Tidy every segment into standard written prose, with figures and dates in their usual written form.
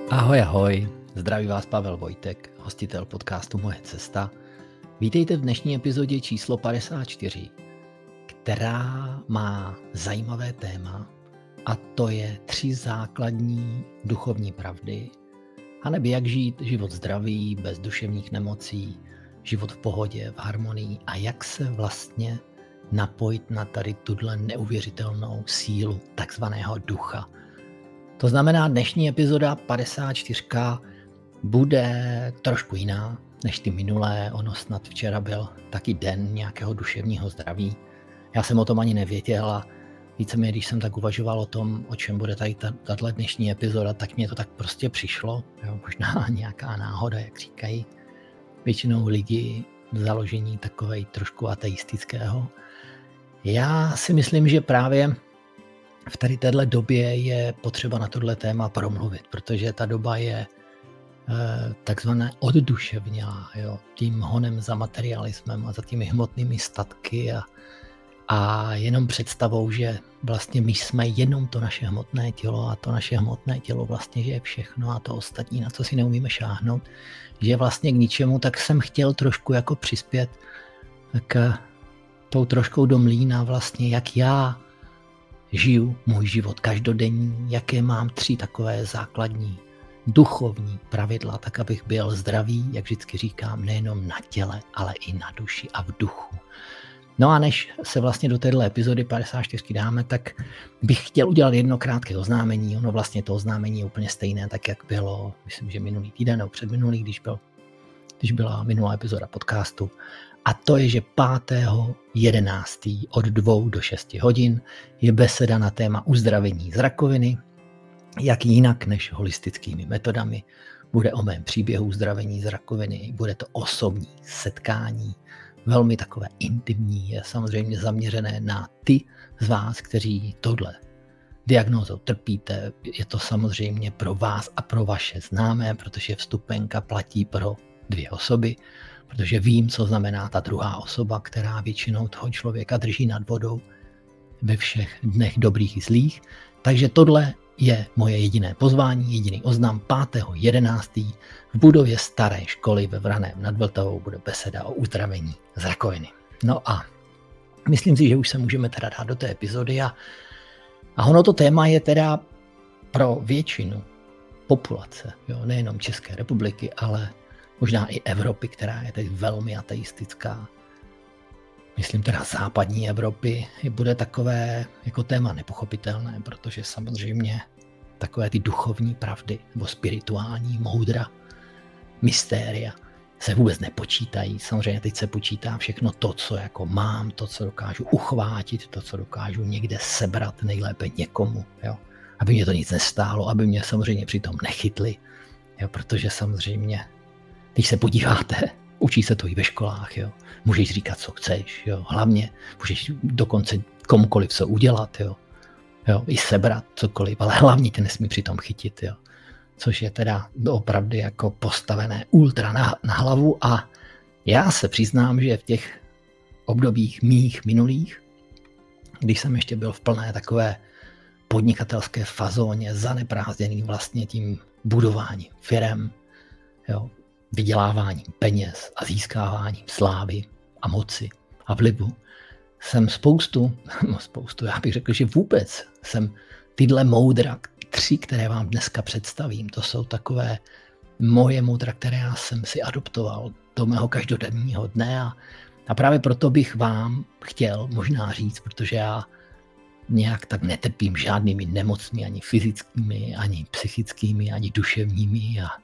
Ahoj, ahoj, zdraví vás Pavel Vojtek, hostitel podcastu Moje cesta. Vítejte v dnešní epizodě číslo 54, která má zajímavé téma a to je 3 základní duchovní pravdy, aneb jak žít život zdravý, bez duševních nemocí, život v pohodě, v harmonii a jak se vlastně napojit na tady tuhle neuvěřitelnou sílu takzvaného ducha. To znamená, dnešní epizoda 54 bude trošku jiná než ty minulé. Ono snad včera byl taky den nějakého duševního zdraví. Já jsem o tom ani nevěděl a víceméně, když jsem tak uvažoval o tom, o čem bude tady tato dnešní epizoda, tak mě to tak prostě přišlo. Jo, možná nějaká náhoda, jak říkají většinou lidi v založení takovej trošku ateistického. Já si myslím, že právě v tady této době je potřeba na tohle téma promluvit, protože ta doba je takzvané odduševnělá, jo, tím honem za materialismem a za těmi hmotnými statky a jenom představou, že vlastně my jsme jenom to naše hmotné tělo a to naše hmotné tělo vlastně je všechno a to ostatní, na co si neumíme šáhnout, že je vlastně k ničemu, tak jsem chtěl trošku jako přispět k tou troškou do mlýna vlastně, jak já žiju můj život každodenní, jaké mám 3 takové základní duchovní pravidla, tak abych byl zdravý, jak vždycky říkám, nejenom na těle, ale i na duši a v duchu. No a než se vlastně do této epizody 54 dáme, tak bych chtěl udělat jedno krátké oznámení. Ono vlastně to oznámení je úplně stejné, tak jak bylo, myslím, že minulý týden nebo předminulý, když byla minulá epizoda podcastu. A to je, že 5.11. od 2 do 6 hodin je beseda na téma uzdravení z rakoviny, jak jinak než holistickými metodami. Bude o mém příběhu uzdravení z rakoviny, bude to osobní setkání, velmi takové intimní, je samozřejmě zaměřené na ty z vás, kteří tohle diagnózou trpíte. Je to samozřejmě pro vás a pro vaše známé, protože vstupenka platí pro 2 osoby, protože vím, co znamená ta druhá osoba, která většinou toho člověka drží nad vodou ve všech dnech dobrých i zlých. Takže tohle je moje jediné pozvání, jediný oznam. 5.11. v budově staré školy ve Vraném nad Vltavou bude beseda o uzdravení z rakoviny. No a myslím si, že už se můžeme teda dát do té epizody a ono to téma je teda pro většinu populace, jo, nejenom České republiky, ale možná i Evropy, která je teď velmi ateistická. Myslím teda západní Evropy, bude takové jako téma nepochopitelné, protože samozřejmě takové ty duchovní pravdy nebo spirituální moudra, mystéria se vůbec nepočítají. Samozřejmě teď se počítá všechno to, co jako mám, to, co dokážu uchvátit, to, co dokážu někde sebrat nejlépe někomu, jo? Aby mě to nic nestálo, aby mě samozřejmě přitom nechytli, jo? Protože samozřejmě když se podíváte, učí se to i ve školách, jo. Můžeš říkat, co chceš, jo. Hlavně můžeš dokonce komukoliv co udělat, jo. Jo, i sebrat cokoliv, ale hlavně tě nesmí přitom chytit, jo. Což je teda opravdu jako postavené ultra na hlavu a já se přiznám, že v těch obdobích mých minulých, když jsem ještě byl v plné takové podnikatelské fazóně, zaneprázdněný vlastně tím budováním firem, jo, vyděláváním peněz a získáváním slávy a moci a vlivu, jsem spoustu, já bych řekl, že vůbec jsem tyhle moudra, 3, které vám dneska představím, to jsou takové moje moudra, které já jsem si adoptoval do mého každodenního dne a právě proto bych vám chtěl možná říct, protože já nějak tak netrpím žádnými nemocmi, ani fyzickými, ani psychickými, ani duševními a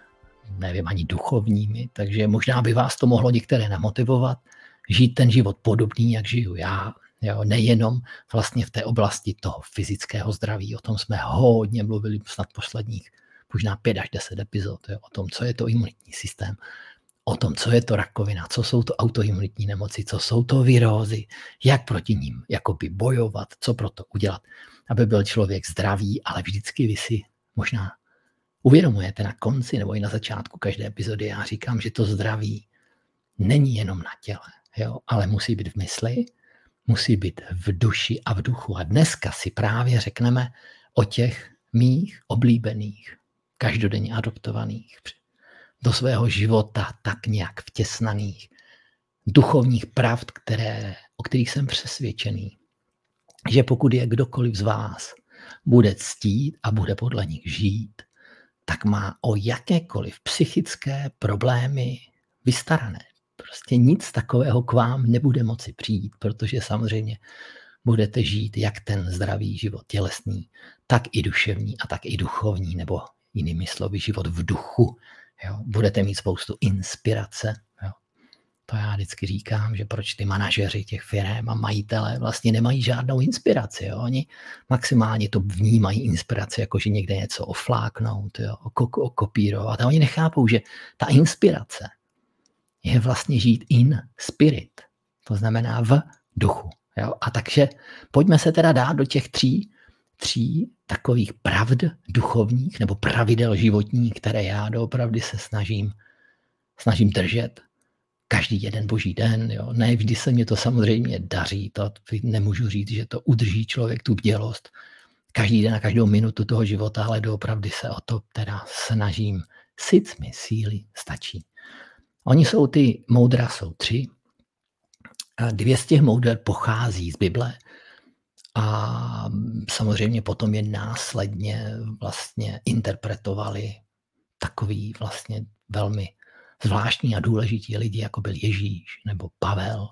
nevím, ani duchovními, takže možná by vás to mohlo některé namotivovat, žít ten život podobný, jak žiju já, jo, nejenom vlastně v té oblasti toho fyzického zdraví, o tom jsme hodně mluvili snad posledních možná 5 až 10 epizod, jo, o tom, co je to imunitní systém, o tom, co je to rakovina, co jsou to autoimunitní nemoci, co jsou to virózy, jak proti ním jakoby bojovat, co pro to udělat, aby byl člověk zdravý, ale vždycky vy si možná uvědomujete na konci nebo i na začátku každé epizody, já říkám, že to zdraví není jenom na těle, jo, ale musí být v mysli, musí být v duši a v duchu. A dneska si právě řekneme o těch mých oblíbených každodenně adoptovaných do svého života tak nějak vtěsnaných duchovních pravd, o kterých jsem přesvědčený, že pokud je kdokoliv z vás bude ctít a bude podle nich žít, tak má o jakékoliv psychické problémy vystarané. Prostě nic takového k vám nebude moci přijít, protože samozřejmě budete žít jak ten zdravý život tělesný, tak i duševní a tak i duchovní, nebo jinými slovy život v duchu. Jo? Budete mít spoustu inspirace. Jo? To já vždycky říkám, že proč ty manažeři těch firem a majitelé vlastně nemají žádnou inspiraci. Jo? Oni maximálně to vnímají inspiraci, jakože někde něco ofláknout, jo? Okopírovat. A oni nechápou, že ta inspirace je vlastně žít in spirit. To znamená v duchu. Jo? A takže pojďme se teda dát do těch tří takových pravd duchovních nebo pravidel životních, které já doopravdy se snažím držet každý jeden boží den. Jo? Ne vždy se mě to samozřejmě daří, to nemůžu říct, že to udrží člověk tu bdělost každý den a každou minutu toho života, ale doopravdy se o to teda snažím. Sic mi síly stačí. Oni jsou ty moudra, jsou 3. A 2 z těch mouder pochází z Bible a samozřejmě potom je následně vlastně interpretovali takový vlastně velmi zvláštní a důležití lidi, jako byl Ježíš nebo Pavel,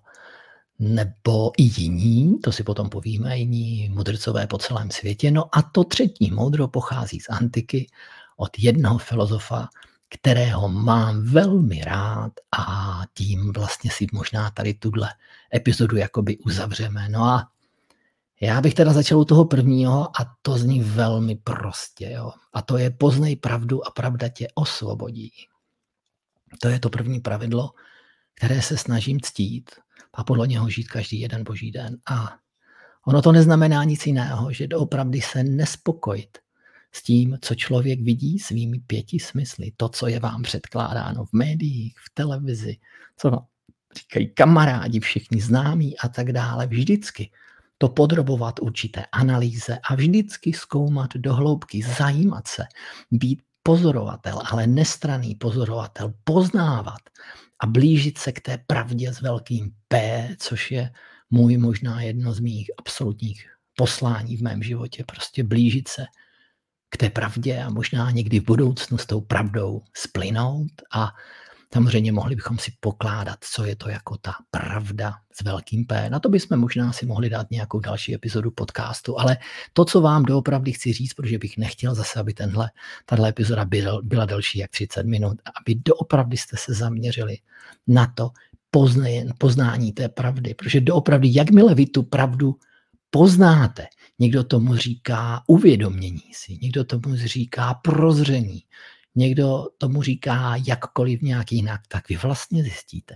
nebo i jiní, to si potom povíme, jiní mudrcové po celém světě. No a to 3. moudro pochází z antiky od jednoho filozofa, kterého mám velmi rád a tím vlastně si možná tady tuhle epizodu jakoby uzavřeme. No a já bych teda začal u toho prvního a to zní velmi prostě. Jo? A to je poznej pravdu a pravda tě osvobodí. To je to první pravidlo, které se snažím ctít a podle něho žít každý jeden boží den. A ono to neznamená nic jiného, že doopravdy se nespokojit s tím, co člověk vidí svými 5 smysly. To, co je vám předkládáno v médiích, v televizi, co vám říkají kamarádi, všichni známí a tak dále. Vždycky to podrobovat určité analýze a vždycky zkoumat do hloubky, zajímat se, být pozorovatel, ale nestranný pozorovatel, poznávat a blížit se k té pravdě s velkým P, což je můj možná jedno z mých absolutních poslání v mém životě. Prostě blížit se k té pravdě a možná někdy v budoucnu s tou pravdou splynout a samozřejmě mohli bychom si pokládat, co je to jako ta pravda s velkým P. Na to bychom možná si mohli dát nějakou další epizodu podcastu, ale to, co vám doopravdy chci říct, protože bych nechtěl zase, aby tahle epizoda byla delší jak 30 minut, aby doopravdy jste se zaměřili na to poznání té pravdy, protože doopravdy, jakmile vy tu pravdu poznáte, někdo tomu říká uvědomění si, někdo tomu říká prozření, někdo tomu říká jakkoliv nějak jinak, tak vy vlastně zjistíte,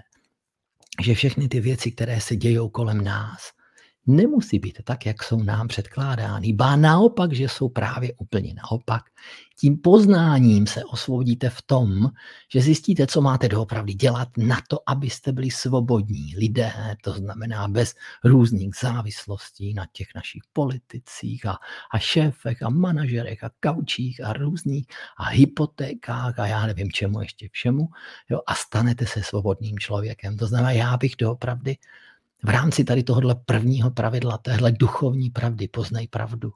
že všechny ty věci, které se dějou kolem nás, nemusí být tak, jak jsou nám předkládány. Ba naopak, že jsou právě úplně naopak. Tím poznáním se osvobodíte v tom, že zjistíte, co máte doopravdy dělat na to, abyste byli svobodní lidé, to znamená bez různých závislostí na těch našich politicích a šéfech a manažerech a kaučích a různých a hypotékách a já nevím čemu ještě všemu. Jo, a stanete se svobodným člověkem. To znamená, já bych doopravdy v rámci tady tohohle prvního pravidla, téhle duchovní pravdy, poznej pravdu.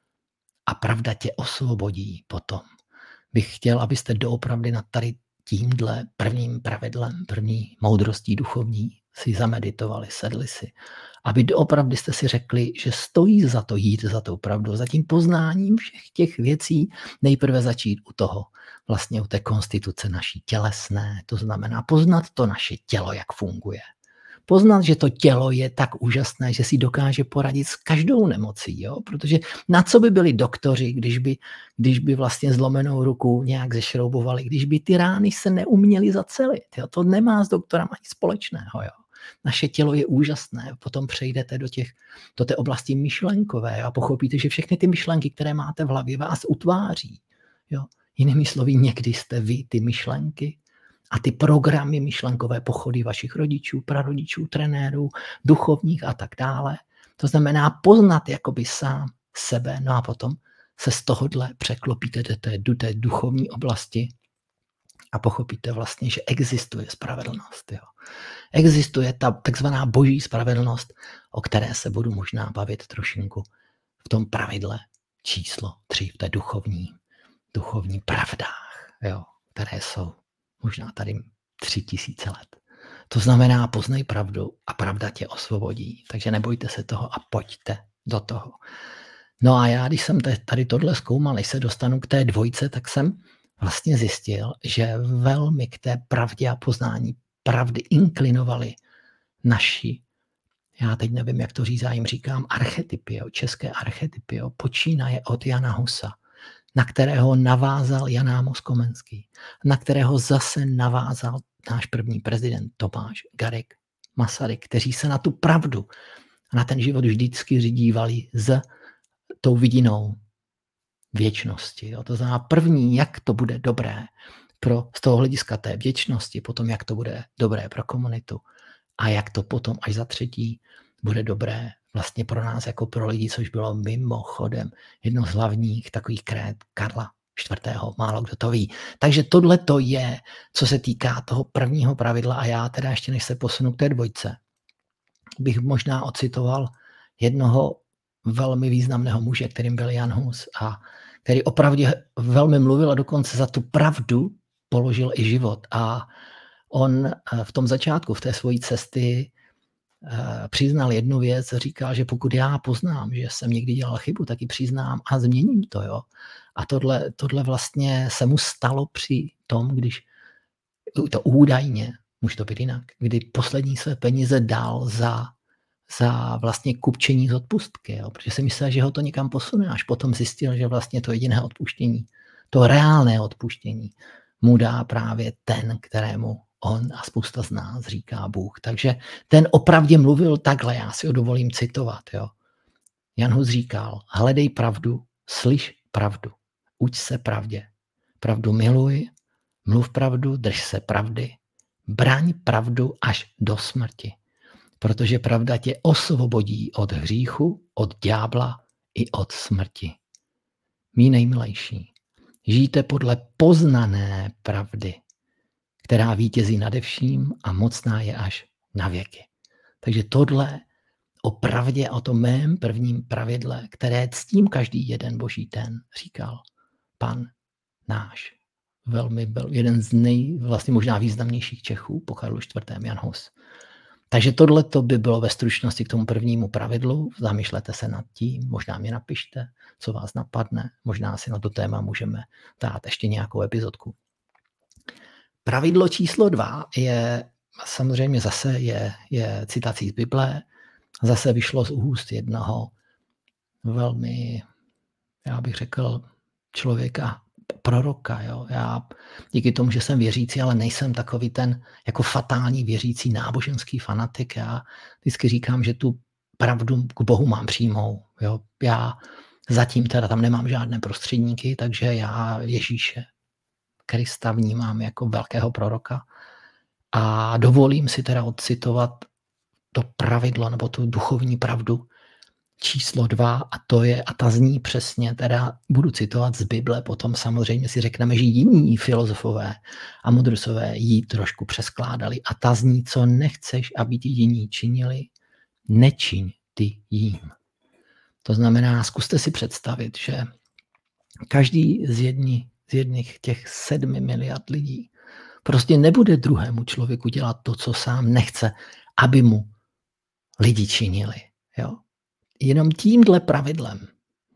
A pravda tě osvobodí potom. Bych chtěl, abyste doopravdy nad tady tímhle prvním pravidlem, první moudrostí duchovní si zameditovali, sedli si. Aby doopravdy jste si řekli, že stojí za to jít za tou pravdou, za tím poznáním všech těch věcí, nejprve začít u toho, vlastně u té konstituce naší tělesné, to znamená poznat to naše tělo, jak funguje. Poznat, že to tělo je tak úžasné, že si dokáže poradit s každou nemocí. Jo? Protože na co by byli doktoři, když by vlastně zlomenou ruku nějak zešroubovali, když by ty rány se neuměly zacelit. Jo? To nemá s doktorem ani společného. Jo? Naše tělo je úžasné. Potom přejdete do té oblasti myšlenkové a pochopíte, že všechny ty myšlenky, které máte v hlavě, vás utváří. Jo? Jinými slovy, někdy jste vy ty myšlenky, a ty programy, myšlenkové pochody vašich rodičů, prarodičů, trenérů, duchovních a tak dále. To znamená poznat jakoby sám sebe, no a potom se z tohohle překlopíte do té duchovní oblasti a pochopíte vlastně, že existuje spravedlnost. Jo. Existuje ta takzvaná boží spravedlnost, o které se budu možná bavit trošinku v tom pravidle číslo 3, v té duchovní pravdách, jo, které jsou možná tady 3000 let. To znamená, poznej pravdu a pravda tě osvobodí. Takže nebojte se toho a pojďte do toho. No a já, když jsem tady tohle zkoumal, než se dostanu k té dvojce, tak jsem vlastně zjistil, že velmi k té pravdě a poznání pravdy inklinovali naši, já teď nevím, jak to říct, já jim říkám archetypy, české archetypy, počínaje od Jana Husa, na kterého navázal Jan Amos Komenský, na kterého zase navázal náš první prezident Tomáš Garrigue Masaryk, kteří se na tu pravdu a na ten život vždycky dívali s tou vidinou věčnosti. Jo. To znamená první, jak to bude dobré z toho hlediska té věčnosti, potom jak to bude dobré pro komunitu a jak to potom až za třetí bude dobré vlastně pro nás jako pro lidi, což bylo mimochodem jedno z hlavních takových kréd Karla IV. Málo kdo to ví. Takže tohle to je, co se týká toho prvního pravidla a já teda ještě než se posunu k té dvojce, bych možná ocitoval jednoho velmi významného muže, kterým byl Jan Hus a který opravdu velmi mluvil a dokonce za tu pravdu položil i život. A on v tom začátku, v té svojí cesty přiznal jednu věc, říkal, že pokud já poznám, že jsem někdy dělal chybu, tak ji přiznám a změním to. Jo. A tohle vlastně se mu stalo při tom, když to údajně, může to být jinak, kdy poslední své peníze dal za vlastně kupčení z odpustky, jo, protože si myslel, že ho to někam posune, až potom zjistil, že vlastně to jediné odpuštění, to reálné odpuštění mu dá právě ten, kterému on a spousta z nás říká Bůh. Takže ten opravdě mluvil takhle, já si ho dovolím citovat. Jo. Jan Hus říkal, hledej pravdu, slyš pravdu, uč se pravdě, pravdu miluj, mluv pravdu, drž se pravdy, braň pravdu až do smrti. Protože pravda tě osvobodí od hříchu, od ďábla i od smrti. Mí nejmilejší, žijte podle poznané pravdy, která vítězí nade vším a mocná je až na věky. Takže tohle o pravdě, o tom mém prvním pravidle, které ctím každý jeden boží den, říkal pan náš. Velmi byl jeden z vlastně možná významnějších Čechů po Karlu IV. Jan Hus. Takže tohle by bylo ve stručnosti k tomu prvnímu pravidlu. Zamýšlete se nad tím, možná mě napište, co vás napadne. Možná si na to téma můžeme dát ještě nějakou epizodku. Pravidlo číslo 2 je samozřejmě zase je citací z Bible. Zase vyšlo z úst jednoho velmi, já bych řekl, člověka, proroka. Jo. Já díky tomu, že jsem věřící, ale nejsem takový ten jako fatální věřící náboženský fanatik. Já vždycky říkám, že tu pravdu k Bohu mám přímou. Jo. Já zatím teda tam nemám žádné prostředníky, takže já Ježíše Krista vnímám jako velkého proroka a dovolím si teda odcitovat to pravidlo nebo tu duchovní pravdu číslo 2 a ta zní přesně, teda budu citovat z Bible, potom samozřejmě si řekneme, že jiní filozofové a mudrcové ji trošku přeskládali a ta zní, co nechceš, aby ti jiní činili, nečiň ty jím. To znamená, zkuste si představit, že každý z jedných těch 7 miliard lidí prostě nebude druhému člověku dělat to, co sám nechce, aby mu lidi činili. Jo? Jenom tímhle pravidlem,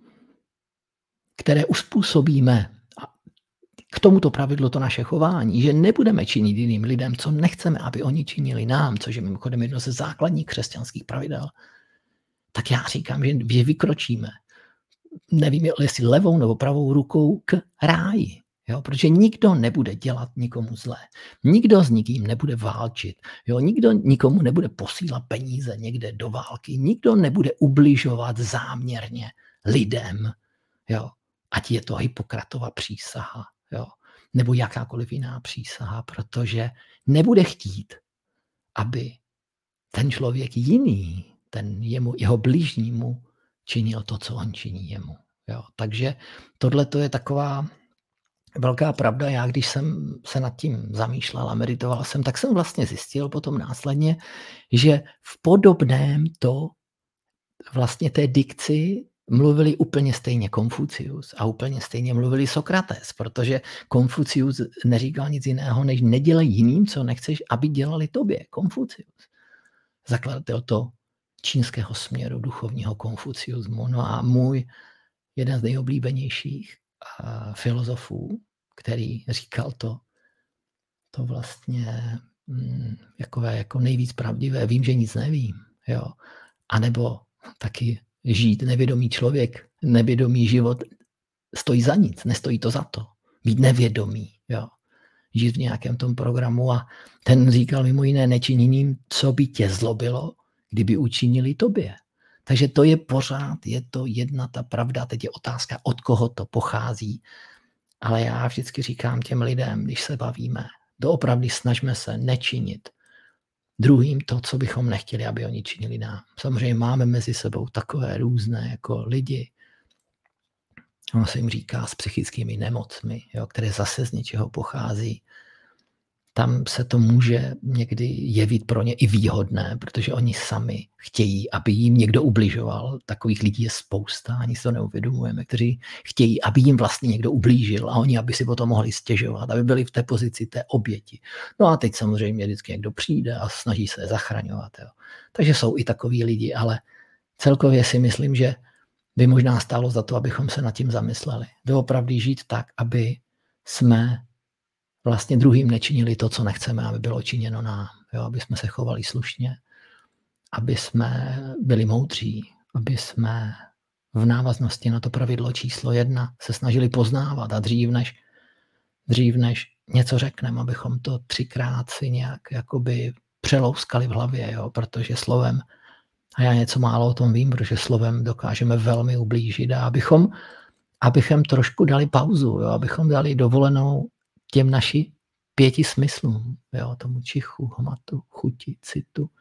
které uspůsobíme k tomuto pravidlu to naše chování, že nebudeme činit jiným lidem, co nechceme, aby oni činili nám, což je mimochodem jedno ze základních křesťanských pravidel, tak já říkám, že vykročíme, nevím, jestli levou nebo pravou rukou k ráji. Jo? Protože nikdo nebude dělat nikomu zlé. Nikdo s nikým nebude válčit. Jo? Nikdo nikomu nebude posílat peníze někde do války. Nikdo nebude ubližovat záměrně lidem. Jo? Ať je to Hippokratova přísaha, jo? Nebo jakákoliv jiná přísaha, protože nebude chtít, aby ten člověk jiný, jeho bližnímu činil to, co on činí jemu. Jo. Takže tohle to je taková velká pravda. Já, když jsem se nad tím zamýšlel a meditoval jsem, tak jsem vlastně zjistil potom následně, že v podobném to vlastně té dikci mluvili úplně stejně Konfucius a úplně stejně mluvili Sokrates, protože Konfucius neříkal nic jiného, než nedělej jiným, co nechceš, aby dělali tobě. Konfucius. Zakladatel to čínského směru duchovního konfuciusmu. No a můj jeden z nejoblíbenějších filozofů, který říkal to vlastně jako nejvíc pravdivé, vím, že nic nevím. Jo. A nebo taky žít nevědomý člověk, nevědomý život stojí za nic, nestojí to za to. Být nevědomý, jo. Žít v nějakém tom programu a ten říkal mimo jiné nečin jiným, co by tě zlobilo, kdyby učinili tobě. Takže to je pořád, je to jedna ta pravda. Teď je otázka, od koho to pochází. Ale já vždycky říkám těm lidem, když se bavíme, doopravdy snažme se nečinit druhým to, co bychom nechtěli, aby oni činili nám. Samozřejmě máme mezi sebou takové různé jako lidi, ono se jim říká s psychickými nemocmi, jo, které zase z něčeho pochází. Tam se to může někdy jevit pro ně i výhodné, protože oni sami chtějí, aby jim někdo ubližoval. Takových lidí je spousta, ani si to neuvědomujeme, kteří chtějí, aby jim vlastně někdo ublížil a oni, aby si potom mohli stěžovat, aby byli v té pozici té oběti. No a teď samozřejmě vždycky někdo přijde a snaží se zachraňovat. Jo. Takže jsou i takoví lidi, ale celkově si myslím, že by možná stálo za to, abychom se nad tím zamysleli. Doopravdy žít tak, aby jsme vlastně druhým nečinili to, co nechceme, aby bylo činěno nám. Jo, aby jsme se chovali slušně, aby jsme byli moudří, aby jsme v návaznosti na to pravidlo číslo 1 se snažili poznávat a dřív než něco řekneme, abychom to 3krát si nějak jakoby přelouskali v hlavě, jo, protože slovem, a já něco málo o tom vím, protože slovem dokážeme velmi ublížit a abychom trošku dali pauzu, jo, abychom dali dovolenou těm naši 5 smyslům, jo, tomu čichu, hmatu, chuti, citu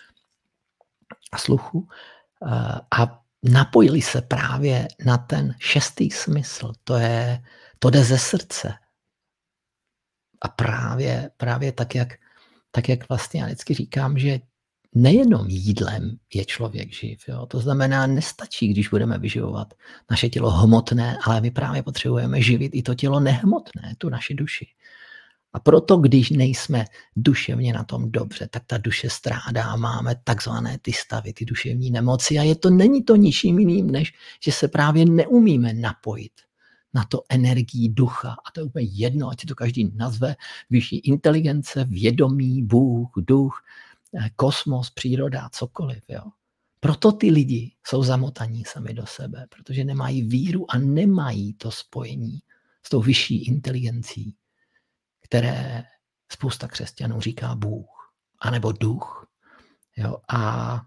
a sluchu a napojili se právě na ten 6. smysl, to jde ze srdce. A právě tak, jak vlastně já vždycky říkám, že nejenom jídlem je člověk živ. Jo? To znamená, nestačí, když budeme vyživovat naše tělo hmotné, ale my právě potřebujeme živit i to tělo nehmotné, tu naši duši. A proto, když nejsme duševně na tom dobře, tak ta duše strádá, máme takzvané ty stavy, ty duševní nemoci a není to ničím jiným, než že se právě neumíme napojit na to energii ducha. A to je úplně jedno, ať si to každý nazve, vyšší inteligence, vědomí, Bůh, duch, kosmos, příroda, cokoliv. Jo. Proto ty lidi jsou zamotaní sami do sebe, protože nemají víru a nemají to spojení s tou vyšší inteligencí, které spousta křesťanů říká Bůh, anebo duch. Jo. A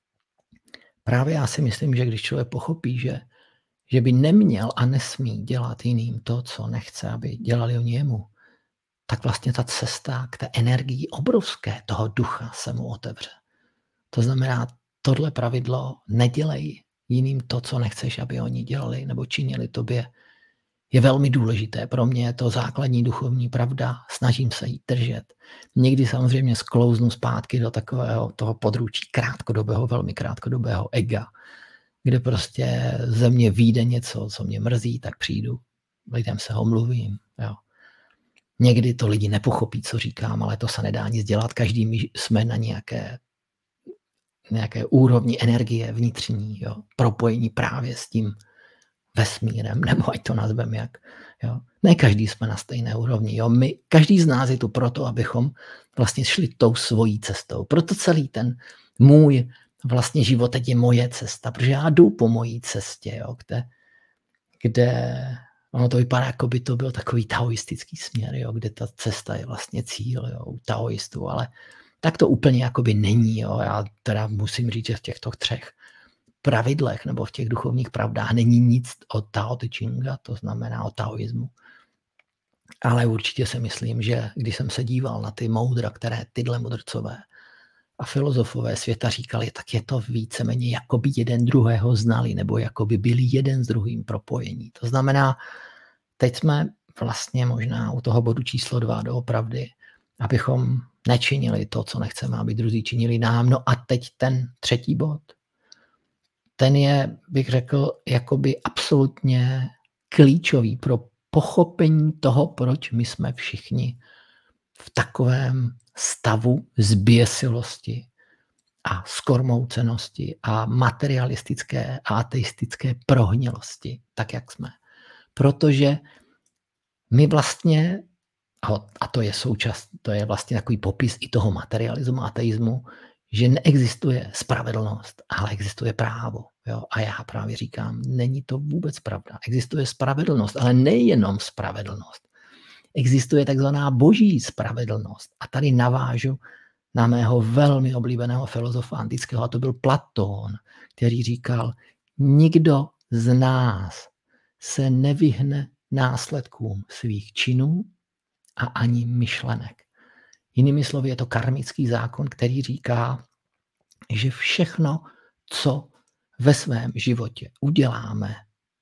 právě já si myslím, že když člověk pochopí, že by neměl a nesmí dělat jiným to, co nechce, aby dělali oni jemu, tak vlastně ta cesta k té energii obrovské toho ducha se mu otevře. To znamená, tohle pravidlo nedělej jiným to, co nechceš, aby oni dělali nebo činili tobě, je velmi důležité. Pro mě je to základní duchovní pravda, snažím se jí držet. Někdy samozřejmě sklouznu zpátky do takového toho područí krátkodobého, velmi krátkodobého ega, kde prostě ze mě vyjde něco, co mě mrzí, tak přijdu, lidem se omluvím. Jo. Někdy to lidi nepochopí, co říkám, ale to se nedá nic dělat. Každý my jsme na nějaké úrovni energie vnitřní, jo, propojení právě s tím vesmírem, nebo ať to nazveme jak. Jo. Ne každý jsme na stejné úrovni. Jo. Každý z nás je tu proto, abychom vlastně šli tou svojí cestou. Proto celý ten můj vlastně život teď je moje cesta, protože já jdu po mojí cestě, jo, kde ono to vypadá, jako by to byl takový taoistický směr, jo, kde ta cesta je vlastně cíl, jo, u taoistů, ale tak to úplně jakoby není. Jo. Já teda musím říct, že v těchto 3 pravidlech nebo v těch duchovních pravdách není nic o Tao Te Chinga, to znamená o taoismu. Ale určitě si myslím, že když jsem se díval na ty moudra, které tyhle mudrcové a filozofové světa říkali, tak je to víceméně, jako by jeden druhého znali, nebo jako by byli jeden s druhým propojení. To znamená, teď jsme vlastně možná u toho bodu číslo 2 doopravdy, abychom nečinili to, co nechceme, aby druzí činili nám. No a teď ten třetí bod, ten je, bych řekl, jakoby absolutně klíčový pro pochopení toho, proč my jsme všichni v takovém stavu zběsilosti a skormoucenosti a materialistické a ateistické prohnilosti, tak jak jsme. Protože my vlastně, a to je to je vlastně takový popis i toho materialismu, ateismu, že neexistuje spravedlnost, ale existuje právo. Jo? A já právě říkám, není to vůbec pravda. Existuje spravedlnost, ale nejenom spravedlnost. Existuje takzvaná boží spravedlnost. A tady navážu na mého velmi oblíbeného filozofa antického, a to byl Platón, který říkal, nikdo z nás se nevyhne následkům svých činů a ani myšlenek. Jinými slovy je to karmický zákon, který říká, že všechno, co ve svém životě uděláme,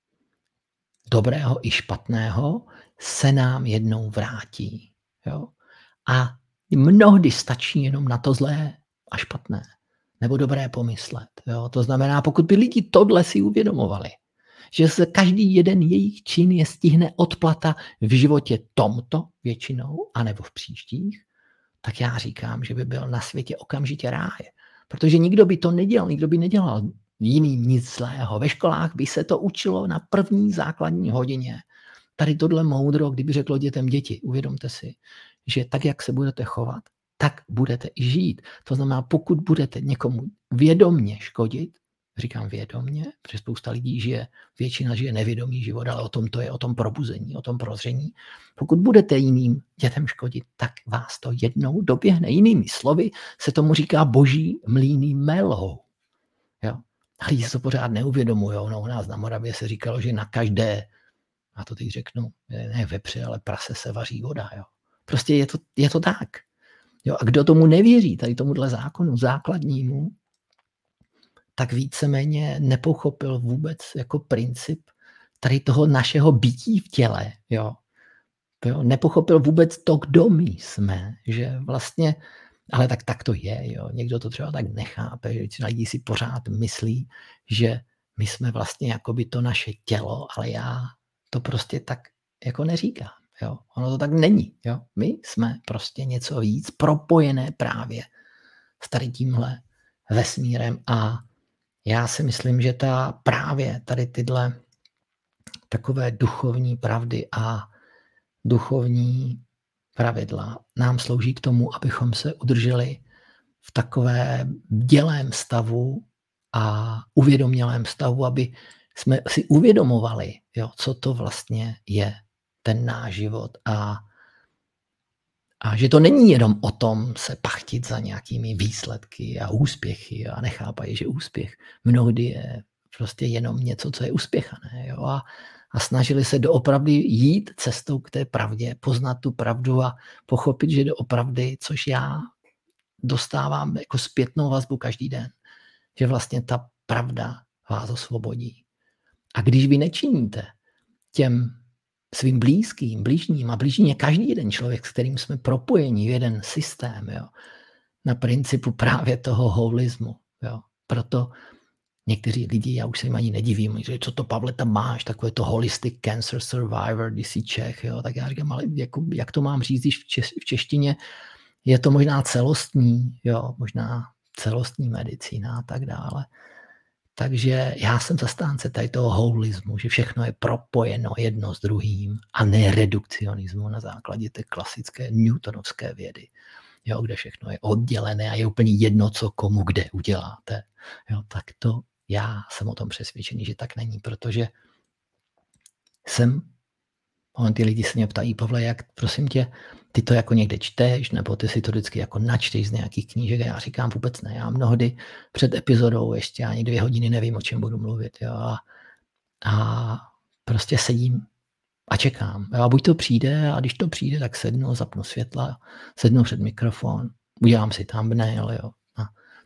dobrého i špatného, se nám jednou vrátí. Jo? A mnohdy stačí jenom na to zlé a špatné, nebo dobré pomyslet. Jo? To znamená, pokud by lidi tohle si uvědomovali, že se každý jeden jejich čin je stihne odplata v životě tomto většinou, anebo v příštích, tak já říkám, že by byl na světě okamžitě ráj. Protože nikdo by to nedělal, nikdo by nedělal jiným nic zlého. Ve školách by se to učilo na první základní hodině. Tady tohle moudro, kdyby řeklo dětem, děti, uvědomte si, že tak, jak se budete chovat, tak budete i žít. To znamená, pokud budete někomu vědomně škodit, říkám vědomně, protože spousta lidí žije, většina žije nevědomý život, ale o tom to je, o tom probuzení, o tom prozření. Pokud budete jiným dětem škodit, tak vás to jednou doběhne. Jinými slovy se tomu říká boží mlýny melou. Jo? A lidi se to pořád neuvědomujou. No, u nás na Moravě se říkalo, že na každé, a to teď řeknu, ne vepře, ale prase se vaří voda. Jo? Prostě je to tak. Jo? A kdo tomu nevěří, tady tomuhle zákonu základnímu, tak víceméně nepochopil vůbec jako princip tady toho našeho bytí v těle. Jo? Nepochopil vůbec to, kdo my jsme. Že vlastně, ale tak to je. Jo? Někdo to třeba tak nechápe, že lidi si pořád myslí, že my jsme vlastně jakoby to naše tělo, ale já to prostě tak jako neříkám. Jo? Ono to tak není. Jo? My jsme prostě něco víc propojené právě s tady tímhle vesmírem a já si myslím, že právě tady tyhle takové duchovní pravdy a duchovní pravidla nám slouží k tomu, abychom se udrželi v takové bdělém stavu a uvědomělém stavu, aby jsme si uvědomovali, jo, co to vlastně je ten náš život a že to není jenom o tom se pachtit za nějakými výsledky a úspěchy a nechápají, že úspěch mnohdy je prostě jenom něco, co je uspěchané. Jo? A snažili se doopravdy jít cestou k té pravdě, poznat tu pravdu a pochopit, že doopravdy, což já dostávám jako zpětnou vazbu každý den, že vlastně ta pravda vás osvobodí. A když vy nečiníte těm svým blízkým, bližním, a bližní je každý jeden člověk, s kterým jsme propojeni v jeden systém, jo, na principu právě toho holismu. Jo. Proto někteří lidi, já už se jim ani nedivím, že co to, Pavle, tam máš, takové to holistic cancer survivor, když jsi Čech, jo, tak já říkám, ale jak to mám říct, když v češtině je to možná celostní, jo, možná celostní medicína a tak dále. Takže já jsem zastánce tady toho holismu, že všechno je propojeno jedno s druhým a ne redukcionismu na základě té klasické newtonovské vědy, jo, kde všechno je oddělené a je úplně jedno, co komu kde uděláte. Jo, tak to já jsem o tom přesvědčený, že tak není, protože ty lidi se mě ptají, Pavle, jak, prosím tě, ty to jako někde čteš, nebo ty si to vždycky jako načteš z nějakých knížek, a já říkám vůbec ne, já mnohdy před epizodou ještě ani 2 hodiny nevím, o čem budu mluvit, jo, a prostě sedím a čekám, jo, a buď to přijde, a když to přijde, tak sednu, zapnu světla, sednu před mikrofon, udělám si thumbnail, jo, a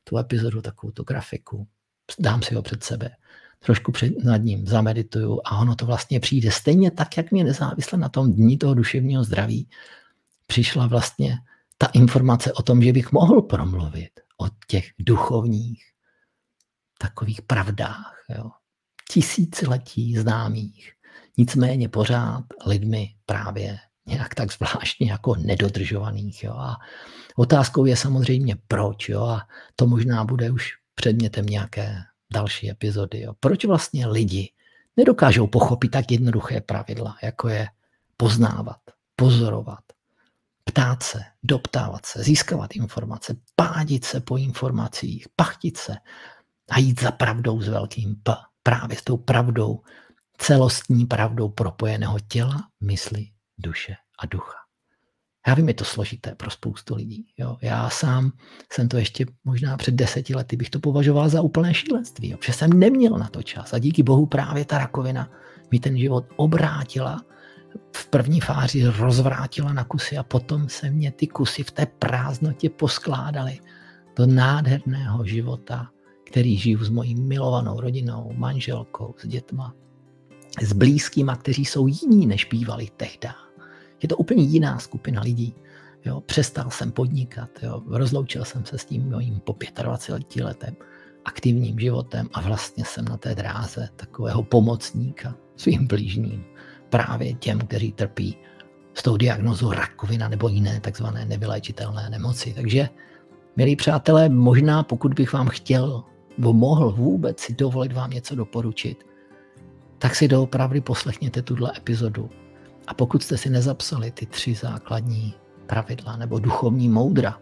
tu epizodu, takovou tu grafiku, dám si ho před sebe, trošku nad ním zamedituju a ono to vlastně přijde. Stejně tak, jak mě nezávisle na tom dní toho duševního zdraví přišla vlastně ta informace o tom, že bych mohl promluvit o těch duchovních takových pravdách, jo. Tisíciletí známých, nicméně pořád lidmi právě nějak tak zvláštně jako nedodržovaných. Jo. A otázkou je samozřejmě proč. Jo. A to možná bude už předmětem nějaké další epizody. Jo. Proč vlastně lidi nedokážou pochopit tak jednoduché pravidla, jako je poznávat, pozorovat, ptát se, doptávat se, získávat informace, pádit se po informacích, pachtit se a jít za pravdou s velkým P. Právě s tou pravdou, celostní pravdou propojeného těla, mysli, duše a ducha. Já vím, je to složité pro spoustu lidí. Jo. Já sám jsem to ještě možná před 10 lety bych to považoval za úplné šílenství, jo, protože jsem neměl na to čas. A díky bohu právě ta rakovina mi ten život obrátila, v první fázi rozvrátila na kusy a potom se mě ty kusy v té prázdnotě poskládaly do nádherného života, který žiju s mojí milovanou rodinou, manželkou, s dětma, s blízkýma, kteří jsou jiní, než bývali tehdy. Je to úplně jiná skupina lidí. Jo. Přestal jsem podnikat, jo. Rozloučil jsem se s tím mojím po 25 letem aktivním životem a vlastně jsem na té dráze takového pomocníka svým blížním, právě těm, kteří trpí s tou diagnózou rakovina nebo jiné takzvané nevyléčitelné nemoci. Takže, milí přátelé, možná pokud bych vám chtěl nebo mohl vůbec si dovolit vám něco doporučit, tak si doopravdy poslechněte tuhle epizodu. A pokud jste si nezapsali ty 3 základní pravidla nebo duchovní moudra,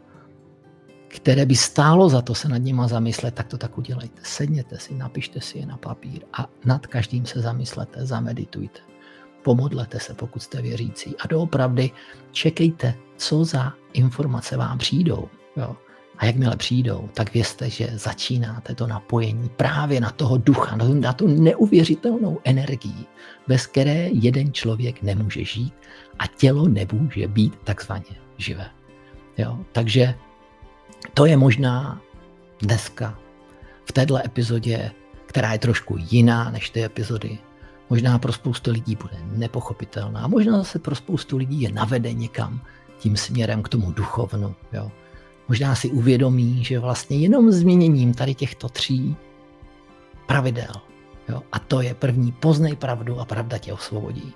které by stálo za to se nad nima zamyslet, tak to tak udělejte. Sedněte si, napište si je na papír a nad každým se zamyslete, zameditujte. Pomodlete se, pokud jste věřící a doopravdy čekejte, co za informace vám přijdou. Jo. A jakmile přijdou, tak vězte, že začínáte to napojení právě na toho ducha, na tu neuvěřitelnou energii, bez které jeden člověk nemůže žít a tělo nemůže být takzvaně živé. Jo? Takže to je možná dneska v této epizodě, která je trošku jiná než ty epizody, možná pro spoustu lidí bude nepochopitelná, možná zase pro spoustu lidí je navede někam tím směrem k tomu duchovnu. Jo? Možná si uvědomí, že vlastně jenom změněním tady těchto 3 pravidel, jo, a to je první, poznej pravdu a pravda tě osvobodí.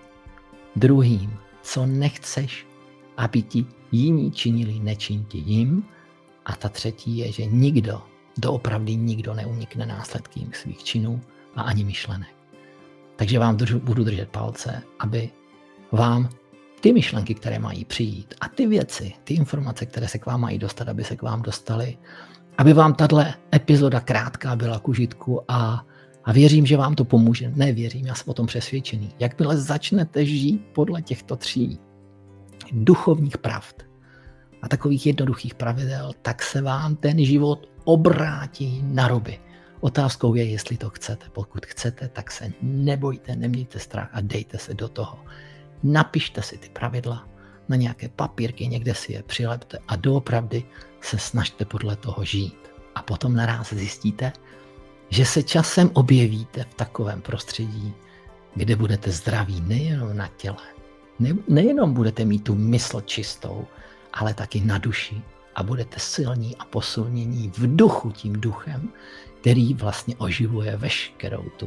Druhým, co nechceš, aby ti jiní činili, nečiň ti jim. A ta třetí je, že doopravdy nikdo neunikne následkům svých činů a ani myšlenek. Takže vám budu držet palce, aby vám ty myšlenky, které mají přijít a ty věci, ty informace, které se k vám mají dostat, aby se k vám dostaly, aby vám tato epizoda krátká byla k užitku a věřím, že vám to pomůže. Nevěřím, já jsem o tom přesvědčený. Jakmile začnete žít podle těchto 3 duchovních pravd a takových jednoduchých pravidel, tak se vám ten život obrátí na ruby. Otázkou je, jestli to chcete. Pokud chcete, tak se nebojte, nemějte strach a dejte se do toho. Napište si ty pravidla na nějaké papírky, někde si je přilepte a doopravdy se snažte podle toho žít. A potom naraz zjistíte, že se časem objevíte v takovém prostředí, kde budete zdraví nejenom na těle, nejenom budete mít tu mysl čistou, ale taky na duši a budete silní a posilnění v duchu, tím duchem, který vlastně oživuje veškerou tu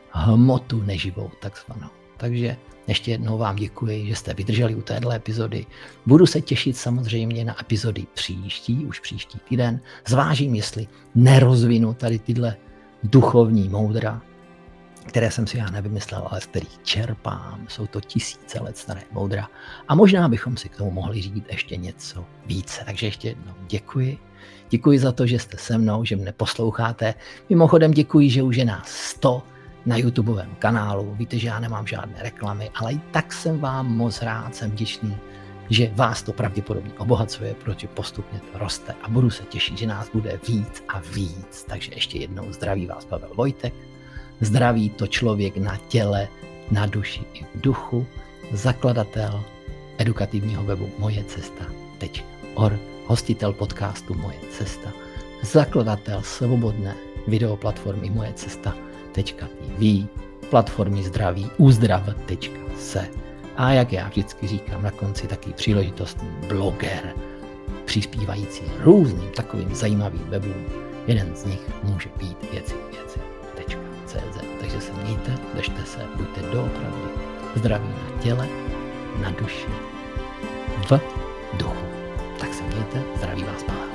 hmotu neživou takzvanou. Takže ještě jednou vám děkuji, že jste vydrželi u téhle epizody. Budu se těšit samozřejmě na epizody už příští týden. Zvážím, jestli nerozvinu tady tyhle duchovní moudra, které jsem si já nevymyslel, ale z kterých čerpám. Jsou to 1000 let staré moudra. A možná bychom si k tomu mohli říct ještě něco více. Takže ještě jednou děkuji. Děkuji za to, že jste se mnou, že mne posloucháte. Mimochodem děkuji, že už je nás 100 na YouTubeovém kanálu. Víte, že já nemám žádné reklamy, ale i tak jsem vám moc rád, jsem vděčný, že vás to pravděpodobně obohacuje, protože postupně to roste a budu se těšit, že nás bude víc a víc. Takže ještě jednou zdraví vás Pavel Vojtek. Zdraví to člověk na těle, na duši i v duchu, zakladatel edukativního webu mojecesta.org, hostitel podcastu Moje cesta, zakladatel svobodné videoplatformy mojecesta.tv, platformy zdraví uzdrav.se a jak já vždycky říkám na konci, taky příležitostný bloger, přispívající různým takovým zajímavým webům. Jeden z nich může být věci.cz. Takže se mějte, držte se, buďte doopravdy zdraví na těle, na duši, v duchu. Tak se mějte, zdraví vás Pavel.